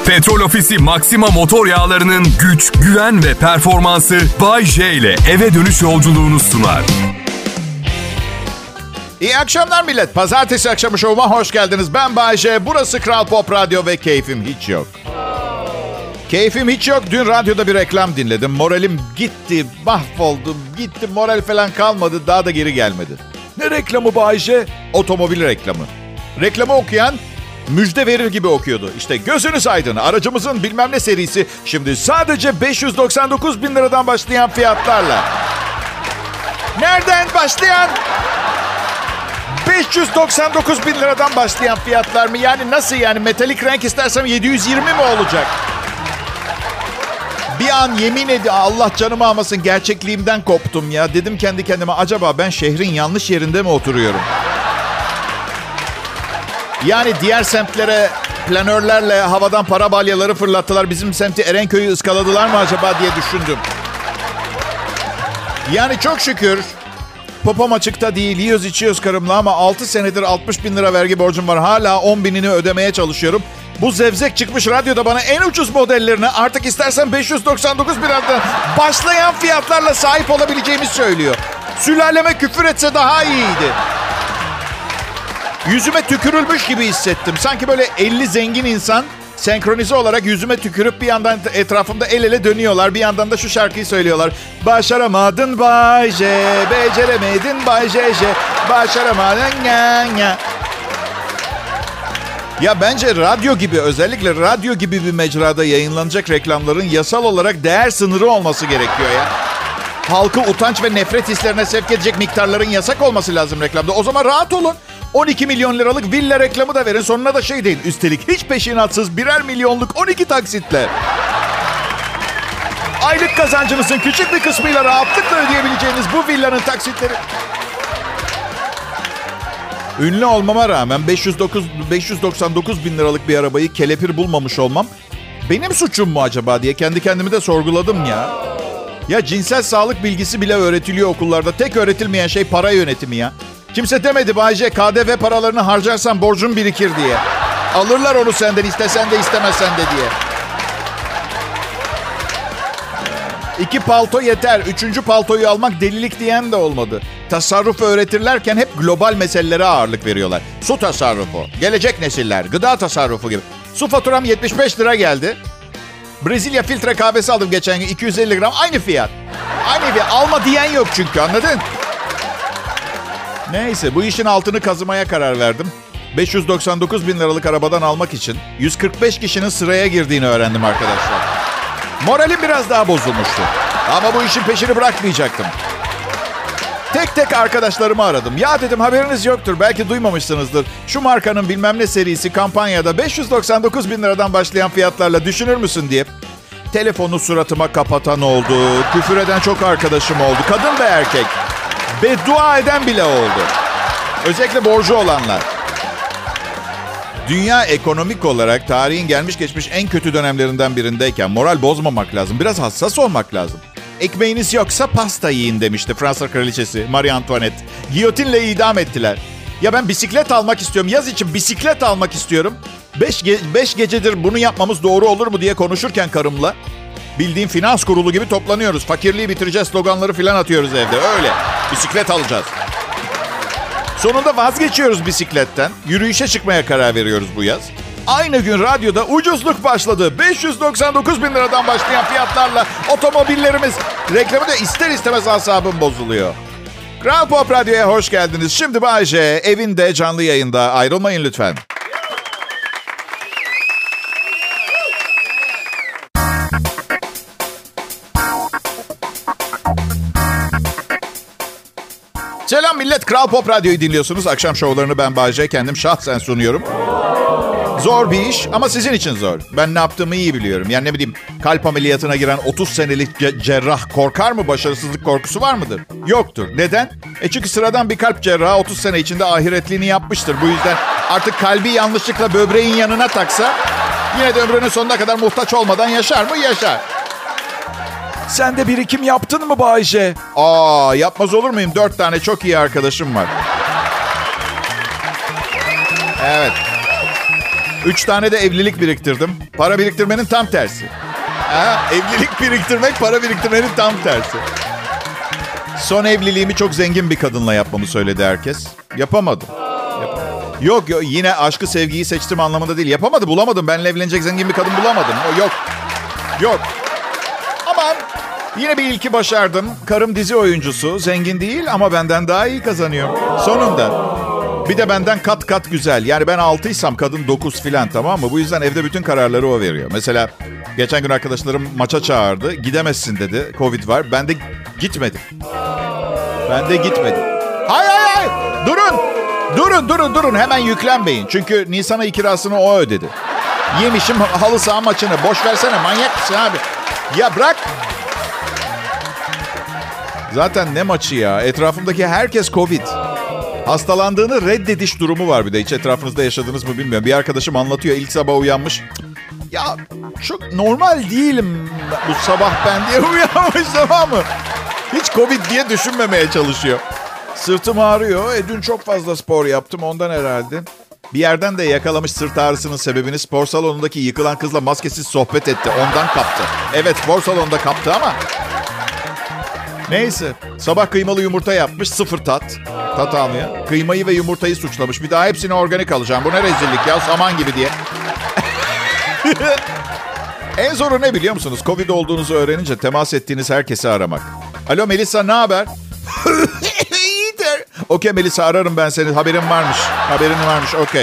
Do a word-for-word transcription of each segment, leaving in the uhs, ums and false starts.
Petrol Ofisi Maxima motor yağlarının güç, güven ve performansı Bay J ile eve dönüş yolculuğunu sunar. İyi akşamlar millet. Pazartesi akşamı şovuma hoş geldiniz. Ben Bay J. Burası Kral Pop Radyo ve keyfim hiç yok. Keyfim hiç yok. Dün radyoda bir reklam dinledim. Moralim gitti, mahvoldum, gitti. Moral falan kalmadı. Daha da geri gelmedi. Ne reklamı Bay J? Otomobil reklamı. Reklamı okuyan müjde verir gibi okuyordu. İşte gözünüz aydın. Aracımızın bilmem ne serisi şimdi sadece beş yüz doksan dokuz bin liradan başlayan fiyatlarla. Nereden başlayan? beş yüz doksan dokuz bin liradan başlayan fiyatlar mı? Yani nasıl yani? Metalik renk istersem yedi yüz yirmi mi olacak? Bir an yemin ediyorum Allah canımı almasın gerçekliğimden koptum ya. Dedim kendi kendime acaba ben şehrin yanlış yerinde mi oturuyorum? Yani diğer semtlere planörlerle havadan para balyaları fırlattılar. Bizim semti Erenköy'ü ıskaladılar mı acaba diye düşündüm. Yani çok şükür popom açıkta değil. Yiyoruz içiyoruz karımla ama altı senedir altmış bin lira vergi borcum var. Hala on binini ödemeye çalışıyorum. Bu zevzek çıkmış radyoda bana en ucuz modellerini artık istersen beş yüz doksan dokuz liradan başlayan fiyatlarla sahip olabileceğimi söylüyor. Sülaleme küfür etse daha iyiydi. Yüzüme tükürülmüş gibi hissettim. Sanki böyle elli zengin insan senkronize olarak yüzüme tükürüp bir yandan etrafımda el ele dönüyorlar. Bir yandan da şu şarkıyı söylüyorlar. Başaramadın Bay J, beceremedin Bay J J, başaramadın ya ya. Ya bence radyo gibi, özellikle radyo gibi bir mecrada yayınlanacak reklamların yasal olarak değer sınırı olması gerekiyor ya. Halkı utanç ve nefret hislerine sevk edecek miktarların yasak olması lazım reklamda. O zaman rahat olun. on iki milyon liralık villa reklamı da verin. Sonuna da şey deyin. Üstelik hiç peşinatsız birer milyonluk on iki taksitle. Aylık kazancınızın küçük bir kısmıyla rahatlıkla ödeyebileceğiniz bu villanın taksitleri. Ünlü olmama rağmen beş yüz dokuz, beş yüz doksan dokuz bin liralık bir arabayı kelepir bulmamış olmam benim suçum mu acaba diye kendi kendimi de sorguladım ya. Ya cinsel sağlık bilgisi bile öğretiliyor okullarda. Tek öğretilmeyen şey para yönetimi ya. Kimse demedi Bay J, K D V paralarını harcarsan borcun birikir diye. Alırlar onu senden istesen de istemesen de diye. İki palto yeter. Üçüncü paltoyu almak delilik diyen de olmadı. Tasarruf öğretirlerken hep global meselelere ağırlık veriyorlar. Su tasarrufu, gelecek nesiller, gıda tasarrufu gibi. Su faturam yetmiş beş lira geldi. Brezilya filtre kahvesi aldım geçen gün iki yüz elli gram. Aynı fiyat. Aynı fiyat. Alma diyen yok çünkü, anladın? Neyse, bu işin altını kazımaya karar verdim. beş yüz doksan dokuz bin liralık arabadan almak için yüz kırk beş kişinin sıraya girdiğini öğrendim arkadaşlar. Moralim biraz daha bozulmuştu. Ama bu işin peşini bırakmayacaktım. Tek tek arkadaşlarımı aradım. Ya dedim, haberiniz yoktur, belki duymamışsınızdır. Şu markanın bilmem ne serisi kampanyada beş yüz doksan dokuz bin liradan başlayan fiyatlarla düşünür müsün diye. Telefonu suratıma kapatan oldu. Küfür eden çok arkadaşım oldu. Kadın ve erkek. Beddua eden bile oldu. Özellikle borcu olanlar. Dünya ekonomik olarak tarihin gelmiş geçmiş en kötü dönemlerinden birindeyken moral bozmamak lazım. Biraz hassas olmak lazım. Ekmeğiniz yoksa pasta yiyin demişti Fransa kraliçesi Marie Antoinette. Giyotinle idam ettiler. Ya ben bisiklet almak istiyorum. Yaz için bisiklet almak istiyorum. Beş, ge- beş gecedir bunu yapmamız doğru olur mu diye konuşurken karımla bildiğin finans kurulu gibi toplanıyoruz. Fakirliği bitireceğiz sloganları falan atıyoruz evde. Öyle. Bisiklet alacağız. Sonunda vazgeçiyoruz bisikletten. Yürüyüşe çıkmaya karar veriyoruz bu yaz. Aynı gün radyoda ucuzluk başladı. beş yüz doksan dokuz bin liradan başlayan fiyatlarla otomobillerimiz. Reklamı da ister istemez asabım bozuluyor. Kral Pop Radyo'ya hoş geldiniz. Şimdi Bay J evinde canlı yayında. Ayrılmayın lütfen. Selam millet, Kral Pop Radyo'yu dinliyorsunuz. Akşam şovlarını ben Bay J kendim şahsen sunuyorum. Zor bir iş ama sizin için zor. Ben ne yaptığımı iyi biliyorum. Yani ne bileyim, kalp ameliyatına giren otuz senelik ce- cerrah korkar mı? Başarısızlık korkusu var mıdır? Yoktur. Neden? E çünkü sıradan bir kalp cerrahı otuz sene içinde ahiretliğini yapmıştır. Bu yüzden artık kalbi yanlışlıkla böbreğin yanına taksa yine de ömrünün sonuna kadar muhtaç olmadan yaşar mı? Yaşar. Sen de birikim yaptın mı Bay J? Aa, yapmaz olur muyum? Dört tane çok iyi arkadaşım var. Evet. Üç tane de evlilik biriktirdim. Para biriktirmenin tam tersi. Ha, evlilik biriktirmek, para biriktirmenin tam tersi. Son evliliğimi çok zengin bir kadınla yapmamı söyledi herkes. Yapamadım. Yapamadım. Yok, yok yine aşkı sevgiyi seçtim anlamında değil. Yapamadı, bulamadım. Benimle evlenecek zengin bir kadın bulamadım. O yok. Yok. Ama yine bir ilki başardım. Karım dizi oyuncusu. Zengin değil ama benden daha iyi kazanıyor. Sonunda. Bir de benden kat kat güzel. Yani ben altıysam kadın dokuz filan, tamam mı? Bu yüzden evde bütün kararları o veriyor. Mesela geçen gün arkadaşlarım maça çağırdı. Gidemezsin dedi. Covid var. Ben de gitmedim. Ben de gitmedim. Hayır hayır hayır. Durun. Durun durun durun. Hemen yüklenmeyin. Çünkü Nisan ayı kirasını o ödedi. Yemişim halı saha maçını. Boş versene, manyak mısın abi? Ya bırak. Zaten ne maçı ya? Etrafımdaki herkes Covid. Hastalandığını reddediş durumu var bir de. Hiç etrafınızda yaşadınız mı bilmiyorum. Bir arkadaşım anlatıyor. İlk sabah uyanmış. Ya çok normal değilim bu sabah ben diye uyanmış, tamam mı? Hiç Covid diye düşünmemeye çalışıyor. Sırtım ağrıyor. E dün çok fazla spor yaptım ondan herhalde. Bir yerden de yakalamış sırt ağrısının sebebini. Spor salonundaki yıkılan kızla maskesiz sohbet etti. Ondan kaptı. Evet, spor salonunda kaptı ama... Neyse. Sabah kıymalı yumurta yapmış. Sıfır tat. Tat almıyor. Kıymayı ve yumurtayı suçlamış. Bir daha hepsini organik alacağım. Bu ne rezillik ya, saman gibi diye. En zoru ne biliyor musunuz? Covid olduğunuzu öğrenince temas ettiğiniz herkesi aramak. Alo Melisa, ne haber? İyidir. Okey Melisa, ararım ben seni. Haberin varmış. Haberin varmış. Okey.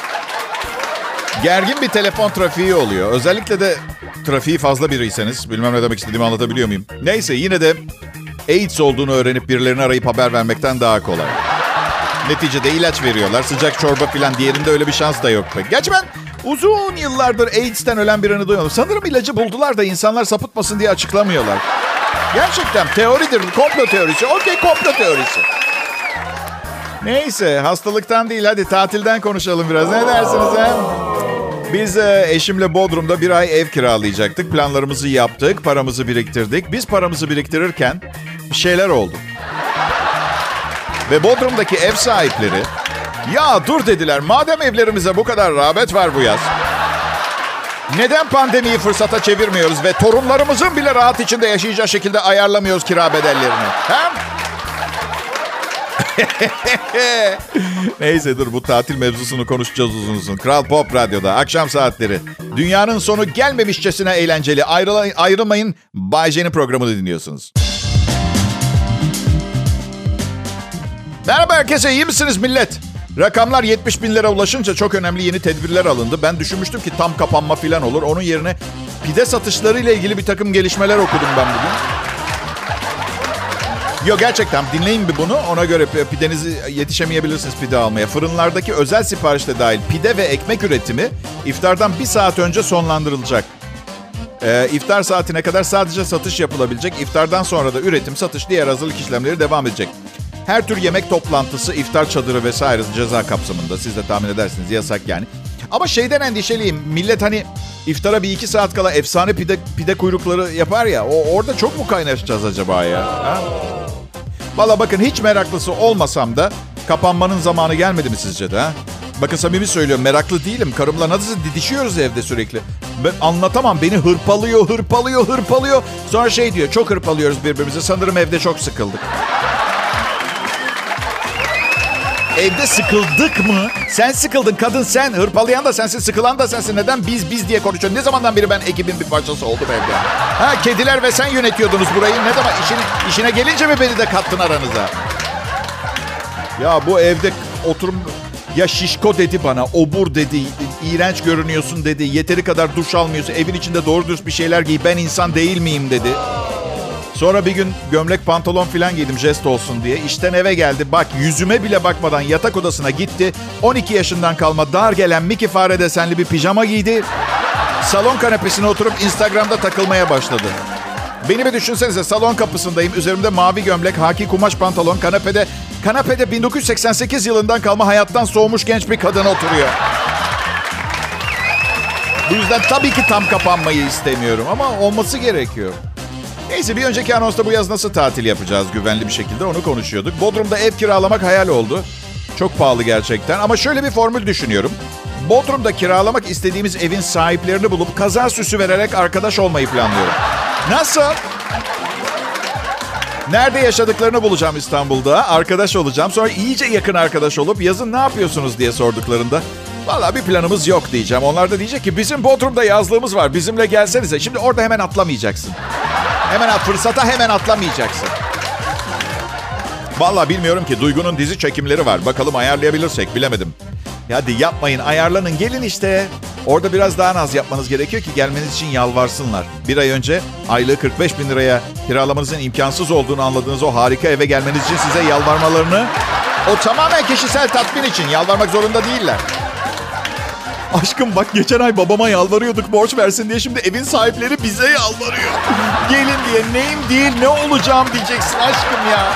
Gergin bir telefon trafiği oluyor. Özellikle de trafiği fazla biriyseniz. Bilmem ne demek istediğimi anlatabiliyor muyum? Neyse, yine de AIDS olduğunu öğrenip birilerini arayıp haber vermekten daha kolay. Neticede ilaç veriyorlar. Sıcak çorba falan. Diğerinde öyle bir şans da yok. Gerçi ben uzun yıllardır AIDS'ten ölen birini duymadım. Sanırım ilacı buldular da insanlar sapıtmasın diye açıklamıyorlar. Gerçekten teoridir. Komplo teorisi. Okey, komplo teorisi. Neyse, hastalıktan değil, hadi tatilden konuşalım biraz. Ne dersiniz he? Biz e, eşimle Bodrum'da bir ay ev kiralayacaktık. Planlarımızı yaptık, paramızı biriktirdik. Biz paramızı biriktirirken bir şeyler oldu. Ve Bodrum'daki ev sahipleri, ya dur dediler, madem evlerimize bu kadar rağbet var bu yaz, neden pandemiyi fırsata çevirmiyoruz ve torunlarımızın bile rahat içinde yaşayacağı şekilde ayarlamıyoruz kira bedellerini? Hem Neyse dur, bu tatil mevzusunu konuşacağız uzun uzun. Kral Pop Radyo'da akşam saatleri. Dünyanın sonu gelmemişçesine eğlenceli. Ayrıl- ayrılmayın. Bay J'nin programını dinliyorsunuz. Merhaba herkese, iyi misiniz millet? Rakamlar yetmiş bin lira ulaşınca çok önemli yeni tedbirler alındı. Ben düşünmüştüm ki tam kapanma falan olur. Onun yerine pide satışlarıyla ilgili bir takım gelişmeler okudum ben bugün. Yok gerçekten dinleyin bir bunu. Ona göre pidenizi yetişemeyebilirsiniz pide almaya. Fırınlardaki özel siparişte dahil pide ve ekmek üretimi iftardan bir saat önce sonlandırılacak. Ee, iftar saatine kadar sadece satış yapılabilecek. İftardan sonra da üretim, satış, diğer hazırlık işlemleri devam edecek. Her tür yemek toplantısı, iftar çadırı vesaire ceza kapsamında. Siz de tahmin edersiniz, yasak yani. Ama şeyden endişeliyim. Millet hani iftara bir iki saat kala efsane pide, pide kuyrukları yapar ya. O, orada çok mu kaynaşacağız acaba ya? Ha? Valla bakın, hiç meraklısı olmasam da kapanmanın zamanı gelmedi mi sizce de? Ha? Bakın samimi söylüyorum, meraklı değilim. Karımla nasıl didişiyoruz evde sürekli. Ben anlatamam, beni hırpalıyor, hırpalıyor, hırpalıyor. Sonra şey diyor, çok hırpalıyoruz birbirimize. Sanırım evde çok sıkıldık. Evde sıkıldık mı? Sen sıkıldın kadın, sen. Hırpalayan da sensin, sıkılan da sensin. Neden biz biz diye konuşuyorsun? Ne zamandan beri ben ekibin bir parçası oldum evde? Ha, kediler ve sen yönetiyordunuz burayı. Ne zaman işine, işine gelince mi beni de kattın aranıza? Ya bu evde oturum... Ya şişko dedi bana, obur dedi, iğrenç görünüyorsun dedi, yeteri kadar duş almıyorsun, evin içinde doğru dürüst bir şeyler giy, ben insan değil miyim dedi. Sonra bir gün gömlek pantolon falan giydim jest olsun diye. İşten eve geldi, bak yüzüme bile bakmadan yatak odasına gitti. on iki yaşından kalma dar gelen Mickey fare desenli bir pijama giydi. Salon kanepesine oturup Instagram'da takılmaya başladı. Beni bir düşünsenize, salon kapısındayım. Üzerimde mavi gömlek, haki kumaş pantolon, kanepede... Kanepede bin dokuz yüz seksen sekiz yılından kalma hayattan soğumuş genç bir kadın oturuyor. Bu yüzden tabii ki tam kapanmayı istemiyorum ama olması gerekiyor. Neyse, bir önceki anonsta bu yaz nasıl tatil yapacağız güvenli bir şekilde onu konuşuyorduk. Bodrum'da ev kiralamak hayal oldu. Çok pahalı gerçekten ama şöyle bir formül düşünüyorum. Bodrum'da kiralamak istediğimiz evin sahiplerini bulup kaza süsü vererek arkadaş olmayı planlıyorum. Nasıl? Nerede yaşadıklarını bulacağım İstanbul'da. Arkadaş olacağım. Sonra iyice yakın arkadaş olup yazın ne yapıyorsunuz diye sorduklarında vallahi bir planımız yok diyeceğim. Onlar da diyecek ki bizim Bodrum'da yazlığımız var. Bizimle gelsenize. Şimdi orada hemen atlamayacaksın. Hemen at, fırsata hemen atlamayacaksın. Vallahi bilmiyorum ki. Duygu'nun dizi çekimleri var. Bakalım ayarlayabilirsek, bilemedim. Hadi yapmayın, ayarlanın, gelin işte. Orada biraz daha az yapmanız gerekiyor ki gelmeniz için yalvarsınlar. Bir ay önce aylığı kırk beş bin liraya kiralamanızın imkansız olduğunu anladığınız o harika eve gelmeniz için size yalvarmalarını... O tamamen kişisel tatmin için. Yalvarmak zorunda değiller. Aşkım bak, geçen ay babama yalvarıyorduk borç versin diye. Şimdi evin sahipleri bize yalvarıyor. Gelin diye. Neyim değil, ne olacağım diyeceksin aşkım ya.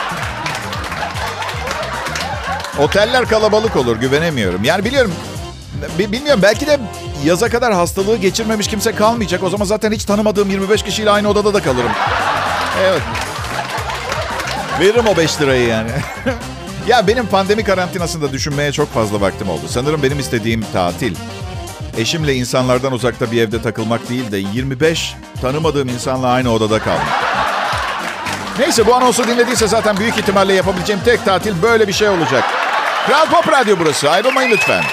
Oteller kalabalık olur, güvenemiyorum. Yani biliyorum, bilmiyorum, belki de yaza kadar hastalığı geçirmemiş kimse kalmayacak. O zaman zaten hiç tanımadığım yirmi beş kişiyle aynı odada da kalırım. Evet. Veririm o beş lirayı yani. Ya benim pandemi karantinasında düşünmeye çok fazla vaktim oldu. Sanırım benim istediğim tatil, eşimle insanlardan uzakta bir evde takılmak değil de yirmi beş tanımadığım insanla aynı odada kalmak. Neyse, bu anonsu dinlediyse zaten büyük ihtimalle yapabileceğim tek tatil böyle bir şey olacak. Kral Pop Radyo burası. Ayrılmayın lütfen.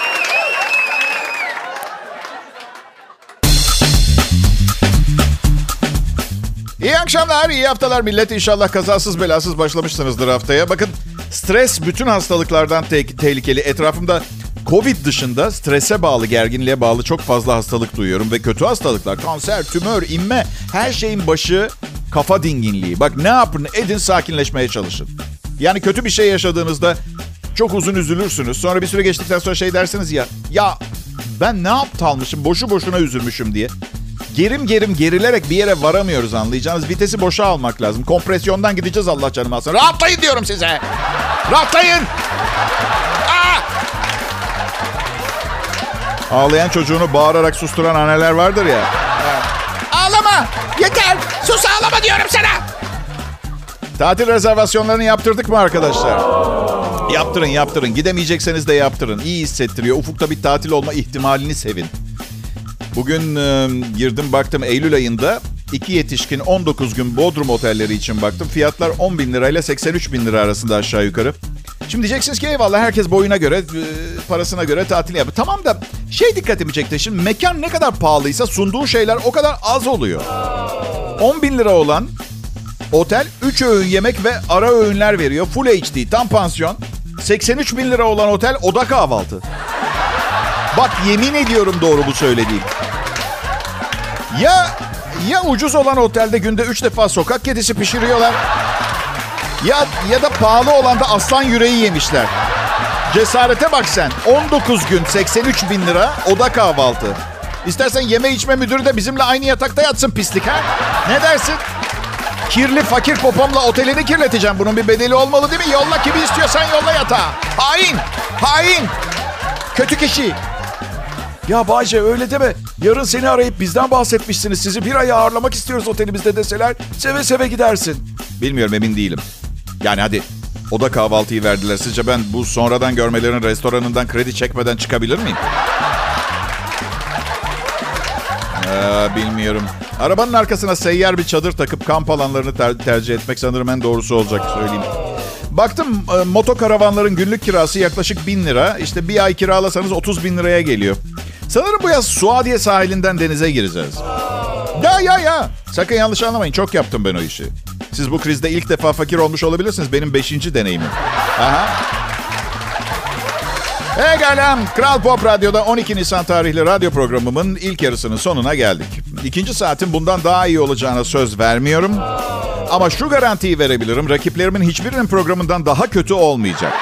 İyi akşamlar, iyi haftalar millet. İnşallah kazasız belasız başlamışsınızdır haftaya. Bakın, stres bütün hastalıklardan te- tehlikeli. Etrafımda Covid dışında strese bağlı, gerginliğe bağlı çok fazla hastalık duyuyorum. Ve kötü hastalıklar, kanser, tümör, inme, her şeyin başı kafa dinginliği. Bak, ne yapın edin, sakinleşmeye çalışın. Yani kötü bir şey yaşadığınızda çok uzun üzülürsünüz. Sonra bir süre geçtikten sonra şey dersiniz ya, ya ben ne aptalmışım, boşu boşuna üzülmüşüm diye. Gerim gerim gerilerek bir yere varamıyoruz, anlayacağınız. Vitesi boşa almak lazım. Kompresyondan gideceğiz, Allah canımı alsın. Rahatlayın diyorum size. Rahatlayın. Aa! Ağlayan çocuğunu bağırarak susturan anneler vardır ya. Ağlama. Yeter. Sus, ağlama diyorum sana. Tatil rezervasyonlarını yaptırdık mı arkadaşlar? Yaptırın, yaptırın. Gidemeyecekseniz de yaptırın. İyi hissettiriyor. Ufukta bir tatil olma ihtimalini sevin. Bugün e, girdim baktım, Eylül ayında iki yetişkin on dokuz gün Bodrum otelleri için baktım. Fiyatlar on bin lirayla seksen üç bin lira arasında aşağı yukarı. Şimdi diyeceksiniz ki eyvallah, herkes boyuna göre, e, parasına göre tatil yapıyor. Tamam da şey dikkatimi çekti. Şimdi mekan ne kadar pahalıysa sunduğu şeyler o kadar az oluyor. on bin lira olan otel üç öğün yemek ve ara öğünler veriyor. Full H D, tam pansiyon. seksen üç bin lira olan otel oda kahvaltı. Bak, yemin ediyorum doğru bu söylediğim. Ya ya ucuz olan otelde günde üç defa sokak kedisi pişiriyorlar. Ya ya da pahalı olan da aslan yüreği yemişler. Cesarete bak sen. on dokuz gün seksen üç bin lira oda kahvaltı. İstersen yeme içme müdürü de bizimle aynı yatakta yatsın pislik ha. Ne dersin? Kirli fakir popomla otelini kirleteceğim. Bunun bir bedeli olmalı değil mi? Yolla kimi istiyorsan yolla yatağa. Hain! Hain! Kötü kişi. Ya Bayce öyle deme. Yarın seni arayıp bizden bahsetmişsiniz, sizi bir ay ağırlamak istiyoruz otelimizde deseler seve seve gidersin. Bilmiyorum, emin değilim. Yani hadi oda kahvaltıyı verdiler. Sizce ben bu sonradan görmelerin restoranından kredi çekmeden çıkabilir miyim? Ee, bilmiyorum. Arabanın arkasına seyyar bir çadır takıp kamp alanlarını ter- tercih etmek sanırım en doğrusu olacak, söyleyeyim. Baktım e, motokaravanların günlük kirası yaklaşık bin lira. İşte bir ay kiralasanız otuz bin liraya geliyor. Sanırım bu yaz Suadiye sahilinden denize gireceğiz. Ya ya ya. Sakın yanlış anlamayın. Çok yaptım ben o işi. Siz bu krizde ilk defa fakir olmuş olabilirsiniz. Benim beşinci deneyimim. Aha. Egalem. Kral Pop Radyo'da on iki Nisan tarihli radyo programımın ilk yarısının sonuna geldik. İkinci saatin bundan daha iyi olacağına söz vermiyorum. Ama şu garantiyi verebilirim. Rakiplerimin hiçbirinin programından daha kötü olmayacak.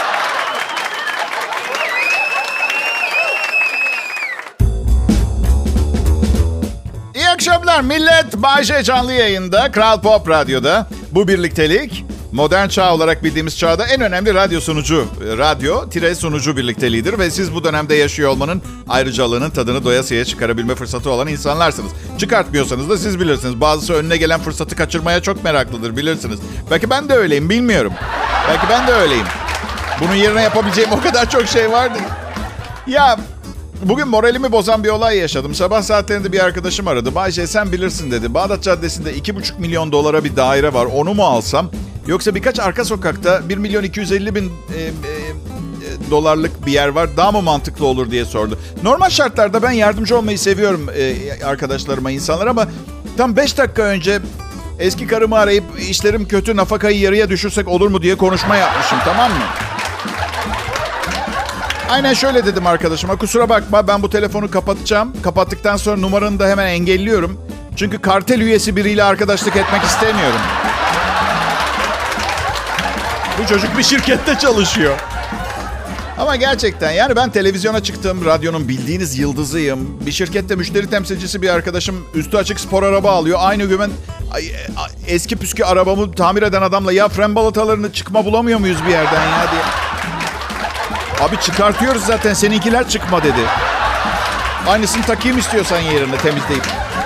İyi akşamlar millet. Bay J canlı yayında. Kral Pop Radyo'da. Bu birliktelik modern çağ olarak bildiğimiz çağda en önemli radyo sunucu, radyo tire sunucu birlikteliğidir. Ve siz bu dönemde yaşıyor olmanın ayrıcalığının tadını doyasıya çıkarabilme fırsatı olan insanlarsınız. Çıkartmıyorsanız da siz bilirsiniz. Bazısı önüne gelen fırsatı kaçırmaya çok meraklıdır, bilirsiniz. Belki ben de öyleyim, bilmiyorum. Belki ben de öyleyim. Bunun yerine yapabileceğim o kadar çok şey vardı. Ya bugün moralimi bozan bir olay yaşadım. Sabah saatlerinde bir arkadaşım aradı. Bayce sen bilirsin dedi. Bağdat Caddesi'nde iki buçuk milyon dolara bir daire var. Onu mu alsam? Yoksa birkaç arka sokakta bir milyon iki yüz elli bin e, e, dolarlık bir yer var. Daha mı mantıklı olur diye sordu. Normal şartlarda ben yardımcı olmayı seviyorum e, arkadaşlarıma, insanlara ama tam beş dakika önce eski karımı arayıp işlerim kötü, nafakayı yarıya düşürsek olur mu diye konuşma yapmışım, tamam mı? Aynen şöyle dedim arkadaşıma. Kusura bakma, ben bu telefonu kapatacağım. Kapattıktan sonra numaranı da hemen engelliyorum. Çünkü kartel üyesi biriyle arkadaşlık etmek istemiyorum. Bu çocuk bir şirkette çalışıyor. Ama gerçekten yani ben televizyona çıktım. Radyonun bildiğiniz yıldızıyım. Bir şirkette müşteri temsilcisi bir arkadaşım üstü açık spor araba alıyor. Aynı gün ben eski püskü arabamı tamir eden adamla ya fren balatalarını çıkma bulamıyor muyuz bir yerden ya diye. Abi çıkartıyoruz zaten, seninkiler çıkma dedi. Aynısını takayım istiyorsan yerine temizleyip.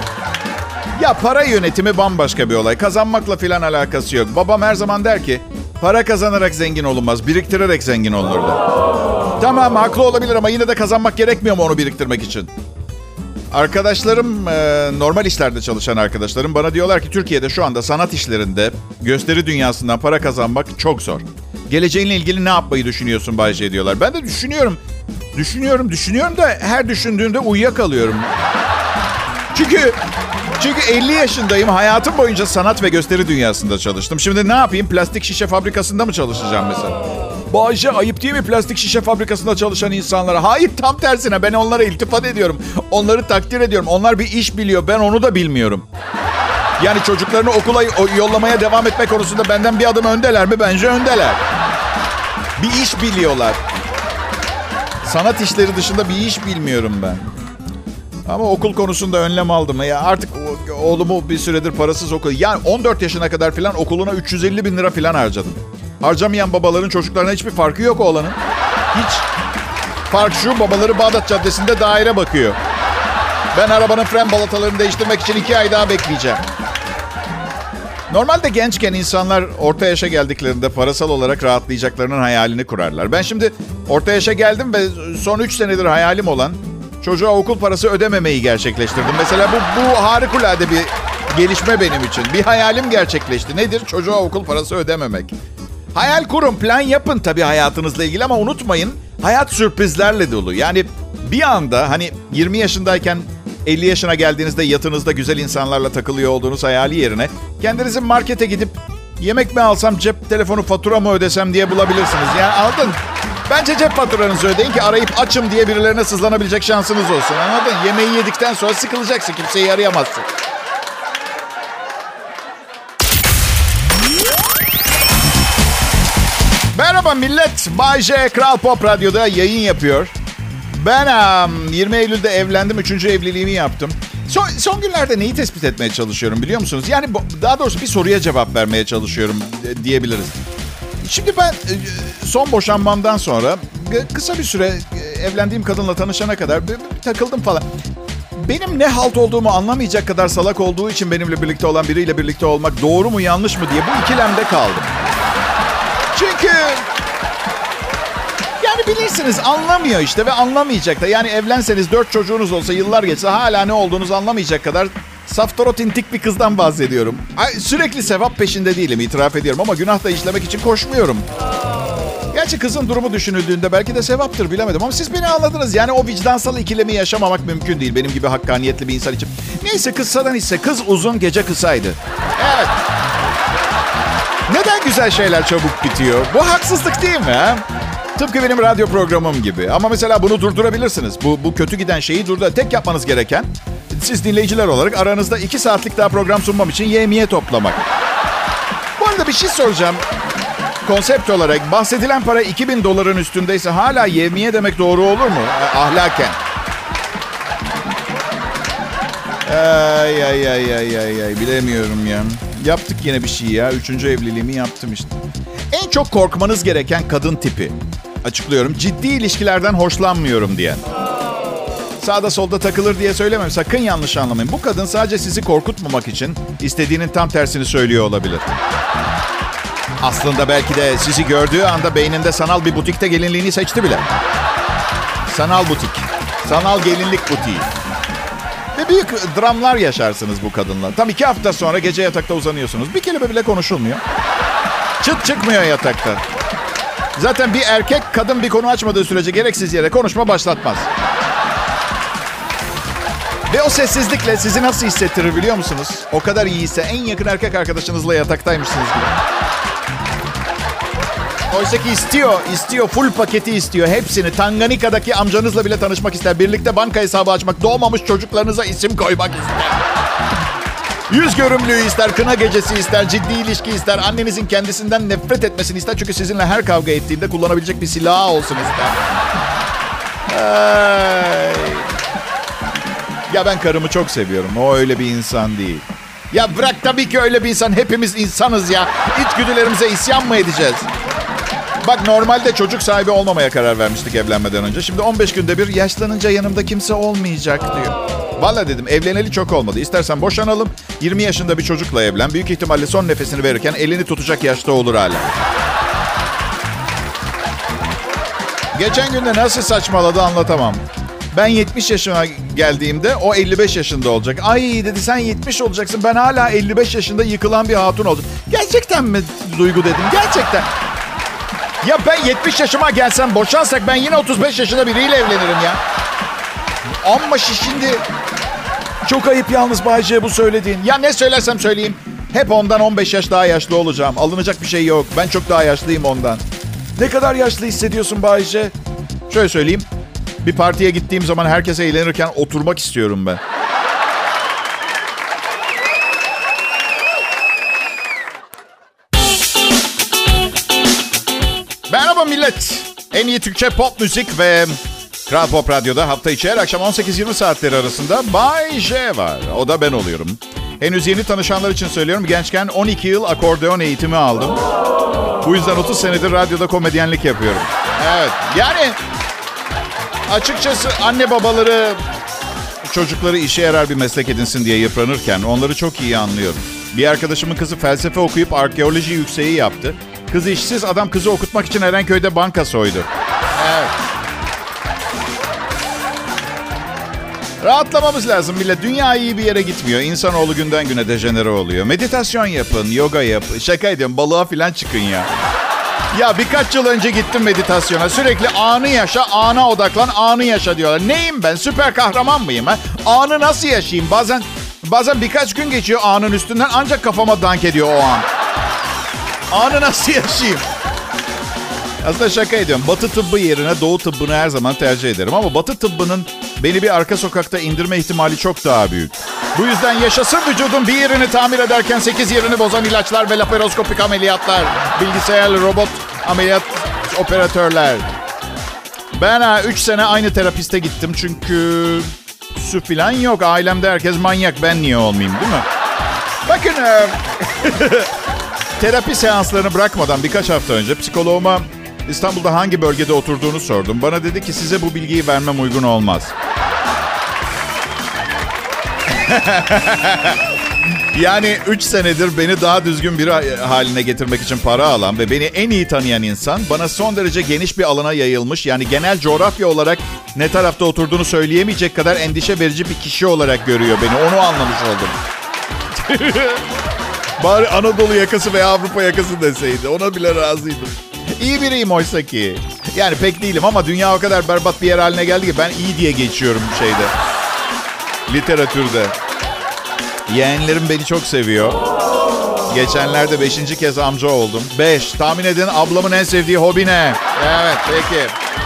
Ya para yönetimi bambaşka bir olay. Kazanmakla filan alakası yok. Babam her zaman der ki para kazanarak zengin olunmaz, biriktirerek zengin olunur der. Tamam, haklı olabilir ama yine de kazanmak gerekmiyor mu onu biriktirmek için? Arkadaşlarım, normal işlerde çalışan arkadaşlarım bana diyorlar ki Türkiye'de şu anda sanat işlerinde gösteri dünyasından para kazanmak çok zor. Geleceğinle ilgili ne yapmayı düşünüyorsun Bayce diyorlar. Ben de düşünüyorum. Düşünüyorum, düşünüyorum da her düşündüğümde uyuyakalıyorum. Çünkü çünkü elli yaşındayım. Hayatım boyunca sanat ve gösteri dünyasında çalıştım. Şimdi ne yapayım? Plastik şişe fabrikasında mı çalışacağım mesela? Bayce ayıp değil mi plastik şişe fabrikasında çalışan insanlara? Hayır, tam tersine ben onlara iltifat ediyorum. Onları takdir ediyorum. Onlar bir iş biliyor. Ben onu da bilmiyorum. Yani çocuklarını okula yollamaya devam etme konusunda benden bir adım öndeler mi? Bence öndeler. Bir iş biliyorlar. Sanat işleri dışında bir iş bilmiyorum ben. Ama okul konusunda önlem aldım. Ya artık oğlumu bir süredir parasız okul. Yani on dört yaşına kadar falan okuluna üç yüz elli bin lira falan harcadım. Harcamayan babaların çocuklarına hiçbir farkı yok oğlanın. Hiç. Fark şu, babaları Bağdat Caddesi'nde daire bakıyor. Ben arabanın fren balatalarını değiştirmek için iki ay daha bekleyeceğim. Normalde gençken insanlar orta yaşa geldiklerinde parasal olarak rahatlayacaklarının hayalini kurarlar. Ben şimdi orta yaşa geldim ve son üç senedir hayalim olan çocuğa okul parası ödememeyi gerçekleştirdim. Mesela bu, bu harikulade bir gelişme benim için. Bir hayalim gerçekleşti. Nedir? Çocuğa okul parası ödememek. Hayal kurun, plan yapın tabii hayatınızla ilgili ama unutmayın, hayat sürprizlerle dolu. Yani bir anda hani yirmi yaşındayken elli yaşına geldiğinizde yatınızda güzel insanlarla takılıyor olduğunuz hayali yerine kendinizin markete gidip yemek mi alsam, cep telefonu fatura mı ödesem diye bulabilirsiniz. Yani anladın? Bence cep faturanızı ödeyin ki arayıp açım diye birilerine sızlanabilecek şansınız olsun. Anladın? Yemeği yedikten sonra sıkılacaksın, kimseyi arayamazsın. Merhaba millet. Bay J Kral Pop Radyo'da yayın yapıyor. Ben um, yirmi Eylül'de evlendim. Üçüncü evliliğimi yaptım. Son, son günlerde neyi tespit etmeye çalışıyorum biliyor musunuz? Yani daha doğrusu bir soruya cevap vermeye çalışıyorum diyebiliriz. Şimdi ben son boşanmamdan sonra kısa bir süre evlendiğim kadınla tanışana kadar bir, bir takıldım falan. Benim ne halt olduğumu anlamayacak kadar salak olduğu için benimle birlikte olan biriyle birlikte olmak doğru mu yanlış mı diye bu ikilemde kaldım. Çünkü yani bilirsiniz anlamıyor işte ve anlamayacak da. Yani evlenseniz dört çocuğunuz olsa yıllar geçse hala ne olduğunuzu anlamayacak kadar saftirotintik bir kızdan bahsediyorum. Ay, sürekli sevap peşinde değilim, itiraf ediyorum ama günah da işlemek için koşmuyorum. Gerçi kızın durumu düşünüldüğünde belki de sevaptır, bilemedim ama siz beni anladınız. Yani o vicdansal ikilemi yaşamamak mümkün değil benim gibi hakkaniyetli bir insan için. Neyse, kıssadan ise kız uzun, gece kısaydı. Evet. Neden güzel şeyler çabuk bitiyor? Bu haksızlık değil mi? He? Tıpkı benim radyo programım gibi. Ama mesela bunu durdurabilirsiniz. Bu, bu kötü giden şeyi durdur. Tek yapmanız gereken siz dinleyiciler olarak aranızda iki saatlik daha program sunmam için yevmiye toplamak. Bu arada bir şey soracağım. Konsept olarak bahsedilen para iki bin doların üstündeyse hala yevmiye demek doğru olur mu? E, ahlaken. Ay ay ay ay ay ay bilemiyorum ya. Yaptık yine bir şey ya. Üçüncü evliliğimi yaptım işte. En çok korkmanız gereken kadın tipi. Açıklıyorum. Ciddi ilişkilerden hoşlanmıyorum diyen. Sağda solda takılır diye söylemem. Sakın yanlış anlamayın. Bu kadın sadece sizi korkutmamak için istediğinin tam tersini söylüyor olabilir. Aslında belki de sizi gördüğü anda beyninde sanal bir butikte gelinliğini seçti bile. Sanal butik. Sanal gelinlik butiği. Ve büyük dramlar yaşarsınız bu kadınla. Tam iki hafta sonra gece yatakta uzanıyorsunuz. Bir kelime bile konuşulmuyor. Çıt çıkmıyor yatakta. Zaten bir erkek kadın bir konu açmadığı sürece gereksiz yere konuşma başlatmaz. Ve o sessizlikle sizi nasıl hissettirir biliyor musunuz? O kadar iyiyse en yakın erkek arkadaşınızla yataktaymışsınız gibi. Oysa ki istiyor, istiyor. Full paketi istiyor. Hepsini. Tanganyika'daki amcanızla bile tanışmak ister. Birlikte banka hesabı açmak, doğmamış çocuklarınıza isim koymak ister. Yüz görümlüğü ister, kına gecesi ister, ciddi ilişki ister. Annenizin kendisinden nefret etmesini ister. Çünkü sizinle her kavga ettiğinde kullanabilecek bir silah olsun ister. Ay. Ya ben karımı çok seviyorum. O öyle bir insan değil. Ya bırak, tabii ki öyle bir insan. Hepimiz insanız ya. İçgüdülerimize isyan mı edeceğiz? Bak, normalde çocuk sahibi olmamaya karar vermiştik evlenmeden önce. Şimdi on beş günde bir yaşlanınca yanımda kimse olmayacak diyor. Vallahi dedim, evleneli çok olmadı. İstersen boşanalım. yirmi yaşında bir çocukla evlen. Büyük ihtimalle son nefesini verirken elini tutacak yaşta olur hala. Geçen gün de nasıl saçmaladı anlatamam. Ben yetmiş yaşına geldiğimde o elli beş yaşında olacak. Ay dedi, sen yetmiş olacaksın. Ben hala elli beş yaşında yıkılan bir hatun olacağım. Gerçekten mi Duygu dedim. Gerçekten. Ya ben yetmiş yaşıma gelsem, boşansak ben yine otuz beş yaşında biriyle evlenirim ya. Amma şimdi çok ayıp yalnız Bay J bu söylediğin. Ya ne söylersem söyleyeyim hep ondan on beş yaş daha yaşlı olacağım. Alınacak bir şey yok. Ben çok daha yaşlıyım ondan. Ne kadar yaşlı hissediyorsun Bay J? Şöyle söyleyeyim. Bir partiye gittiğim zaman herkes eğlenirken oturmak istiyorum ben. Merhaba millet. En iyi Türkçe pop müzik ve Kral Pop Radyo'da hafta içi her akşam on sekiz yirmi saatleri arasında Bay J var. O da ben oluyorum. Henüz yeni tanışanlar için söylüyorum. Gençken on iki yıl akordeon eğitimi aldım. Bu yüzden otuz senedir radyoda komedyenlik yapıyorum. Evet, yani açıkçası anne babaları çocukları işe yarar bir meslek edinsin diye yıpranırken onları çok iyi anlıyorum. Bir arkadaşımın kızı felsefe okuyup arkeoloji yükseği yaptı. Kızı işsiz, adam kızı okutmak için Erenköy'de banka soydu. Evet. Rahatlamamız lazım millet. Dünya iyi bir yere gitmiyor. İnsanoğlu günden güne dejenere oluyor. Meditasyon yapın, yoga yapın. Şaka ediyorum, balığa falan çıkın ya. Ya birkaç yıl önce gittim meditasyona. Sürekli anı yaşa, ana odaklan, anı yaşa diyorlar. Neyim ben? Süper kahraman mıyım ha? Anı nasıl yaşayayım? Bazen bazen birkaç gün geçiyor anın üstünden, ancak kafama dank ediyor o an. Anı nasıl yaşayayım? Aslında şaka ediyorum. Batı tıbbı yerine Doğu tıbbını her zaman tercih ederim. Ama Batı tıbbının beni bir arka sokakta indirme ihtimali çok daha büyük. Bu yüzden yaşasın vücudun bir yerini tamir ederken sekiz yerini bozan ilaçlar ve laparoskopik ameliyatlar. Bilgisayarlı robot ameliyat operatörler. Ben ha üç sene aynı terapiste gittim çünkü su falan yok. Ailemde herkes manyak. Ben niye olmayayım, değil mi? Bakın e, terapi seanslarını bırakmadan birkaç hafta önce psikoloğuma İstanbul'da hangi bölgede oturduğunu sordum. Bana dedi ki size bu bilgiyi vermem uygun olmaz. Yani üç senedir beni daha düzgün biri haline getirmek için para alan ve beni en iyi tanıyan insan bana son derece geniş bir alana yayılmış, yani genel coğrafya olarak ne tarafta oturduğunu söyleyemeyecek kadar endişe verici bir kişi olarak görüyor beni. Onu anlamış oldum. Bari Anadolu yakası veya Avrupa yakası deseydi. Ona bile razıydım. İyi biriyim oysa ki. Yani pek değilim ama dünya o kadar berbat bir yer haline geldi ki ben iyi diye geçiyorum şeyde. Literatürde. Yeğenlerim beni çok seviyor. Geçenlerde beşinci kez amca oldum. Beş. Tahmin edin ablamın en sevdiği hobi ne? Evet, peki.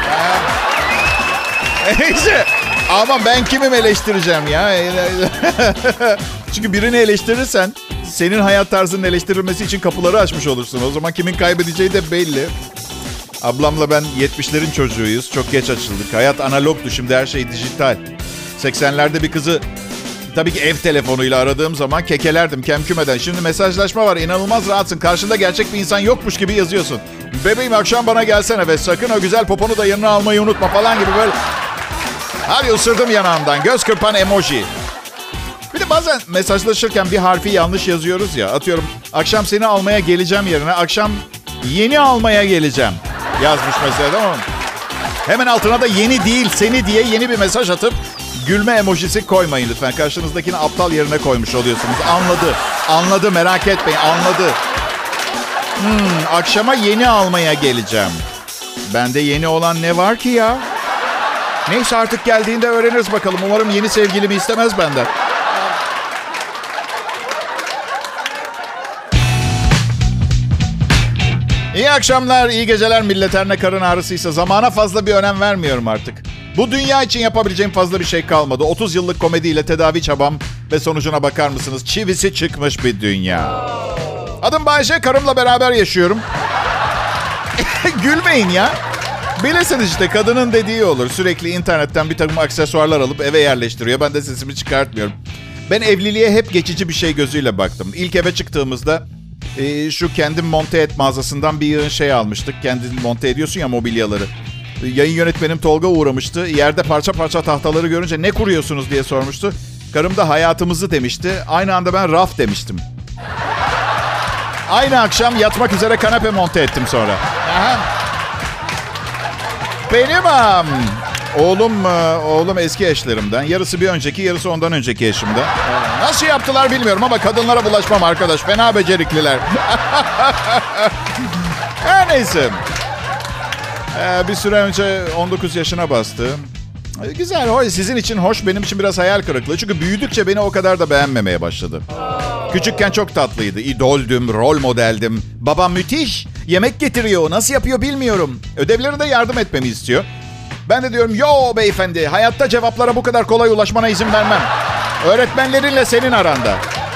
Neyse. Ama ben kimim eleştireceğim ya? Çünkü birini eleştirirsen senin hayat tarzının eleştirilmesi için kapıları açmış olursun. O zaman kimin kaybedeceği de belli. Ablamla ben yetmişlerin çocuğuyuz. Çok geç açıldık. Hayat analogdu, şimdi her şey dijital. seksenlerde bir kızı tabii ki ev telefonuyla aradığım zaman kekelerdim kemkümeden. Şimdi mesajlaşma var, inanılmaz rahatsın. Karşında gerçek bir insan yokmuş gibi yazıyorsun. Bebeğim akşam bana gelsene ve sakın o güzel poponu da yanına almayı unutma falan gibi böyle. Hadi ısırdım yanağımdan. Göz kırpan emoji. Bir de bazen mesajlaşırken bir harfi yanlış yazıyoruz ya. Atıyorum akşam seni almaya geleceğim yerine akşam yeni almaya geleceğim yazmış mesela, tamam mı? Hemen altına da yeni değil seni diye yeni bir mesaj atıp gülme emojisi koymayın lütfen. Karşınızdakini aptal yerine koymuş oluyorsunuz. Anladı. Anladı, merak etmeyin. Anladı. Hmm, akşama yeni almaya geleceğim. Bende yeni olan ne var ki ya? Neyse artık geldiğinde öğreniriz bakalım. Umarım yeni sevgilimi istemez benden. İyi akşamlar, iyi geceler millet. Her ne karın ağrısıysa zamana fazla bir önem vermiyorum artık. Bu dünya için yapabileceğim fazla bir şey kalmadı. otuz yıllık komediyle tedavi çabam ve sonucuna bakar mısınız? Çivisi çıkmış bir dünya. Adım Bayşe, karımla beraber yaşıyorum. Gülmeyin ya. Bilirsiniz işte kadının dediği olur. Sürekli internetten bir takım aksesuarlar alıp eve yerleştiriyor. Ben de sesimi çıkartmıyorum. Ben evliliğe hep geçici bir şey gözüyle baktım. İlk eve çıktığımızda e, şu kendim monte et mağazasından bir yığın şey almıştık. Kendin monte ediyorsun ya mobilyaları. Yayın yönetmenim Tolga uğramıştı. Yerde parça parça tahtaları görünce ne kuruyorsunuz diye sormuştu. Karım da hayatımızı demişti. Aynı anda ben raf demiştim. Aynı akşam yatmak üzere kanepe monte ettim sonra. Aha. Benim um, oğlum oğlum eski eşlerimden. Yarısı bir önceki, yarısı ondan önceki eşimden. Nasıl yaptılar bilmiyorum ama kadınlara bulaşmam arkadaş. Fena becerikliler. Her neyse. Ee, bir süre önce on dokuz yaşına bastı. Güzel, hoş. Sizin için hoş, benim için biraz hayal kırıklığı. Çünkü büyüdükçe beni o kadar da beğenmemeye başladı. Küçükken çok tatlıydı. İdoldüm, rol modeldim. Babam müthiş. Yemek getiriyor. Nasıl yapıyor bilmiyorum. Ödevlerinde yardım etmemi istiyor. Ben de diyorum, yo beyefendi, hayatta cevaplara bu kadar kolay ulaşmana izin vermem. Öğretmenlerinle senin aranda.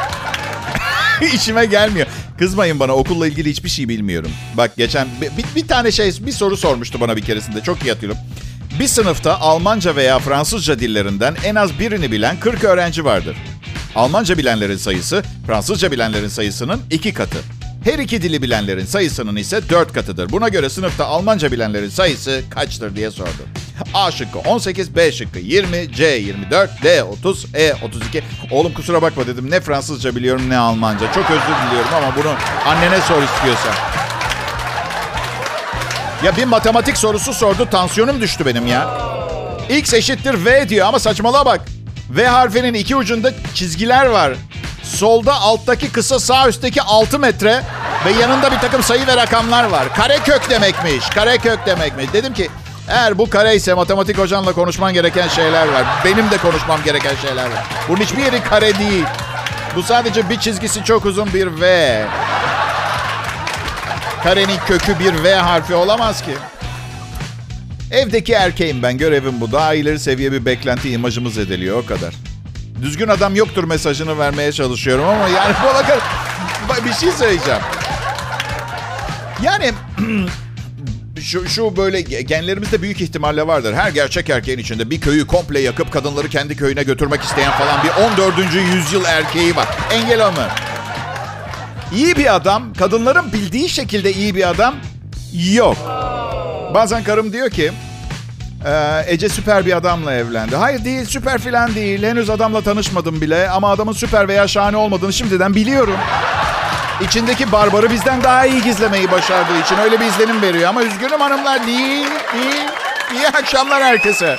İşime gelmiyor. Kızmayın bana, okulla ilgili hiçbir şey bilmiyorum. Bak geçen bir, bir tane şey, bir soru sormuştu bana bir keresinde. Çok iyi hatırlıyorum. Bir sınıfta Almanca veya Fransızca dillerinden en az birini bilen kırk öğrenci vardır. Almanca bilenlerin sayısı, Fransızca bilenlerin sayısının iki katı. Her iki dili bilenlerin sayısının ise dört katıdır. Buna göre sınıfta Almanca bilenlerin sayısı kaçtır diye sordu. A şıkkı on sekiz, B şıkkı yirmi, C yirmi dört, D otuz, E otuz iki. Oğlum kusura bakma dedim. Ne Fransızca biliyorum ne Almanca. Çok özür diliyorum ama bunu annene sor istiyorsan. Ya bir matematik sorusu sordu. Tansiyonum düştü benim ya. X eşittir V diyor ama saçmalığa bak. V harfinin iki ucunda çizgiler var. Solda alttaki kısa, sağ üstteki altı metre ve yanında bir takım sayı ve rakamlar var. Karekök demekmiş. Karekök demekmiş. Dedim ki eğer bu kare ise matematik hocanla konuşman gereken şeyler var. Benim de konuşmam gereken şeyler var. Bunun hiçbir yeri kare değil. Bu sadece bir çizgisi çok uzun bir V. Karenin kökü bir V harfi olamaz ki. Evdeki erkeğim ben. Görevim bu. Daha ileri seviye bir beklenti imajımız ediliyor. O kadar. Düzgün adam yoktur mesajını vermeye çalışıyorum ama yani bu bakın bir şey söyleyeceğim. Yani şu, şu böyle genlerimizde büyük ihtimalle vardır. Her gerçek erkeğin içinde bir köyü komple yakıp kadınları kendi köyüne götürmek isteyen falan bir on dördüncü yüzyıl erkeği var. Engel olma. İyi bir adam, kadınların bildiği şekilde iyi bir adam yok. Bazen karım diyor ki Ece süper bir adamla evlendi. Hayır değil, süper filan değil. Henüz adamla tanışmadım bile ama adamın süper veya şahane olmadığını şimdiden biliyorum. İçindeki barbarı bizden daha iyi gizlemeyi başardığı için öyle bir izlenim veriyor. Ama üzgünüm hanımlar, değil, değil. İyi akşamlar herkese.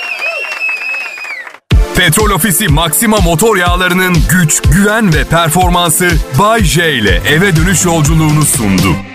Petrol Ofisi Maxima motor yağlarının güç, güven ve performansı Bay J ile eve dönüş yolculuğunu sundu.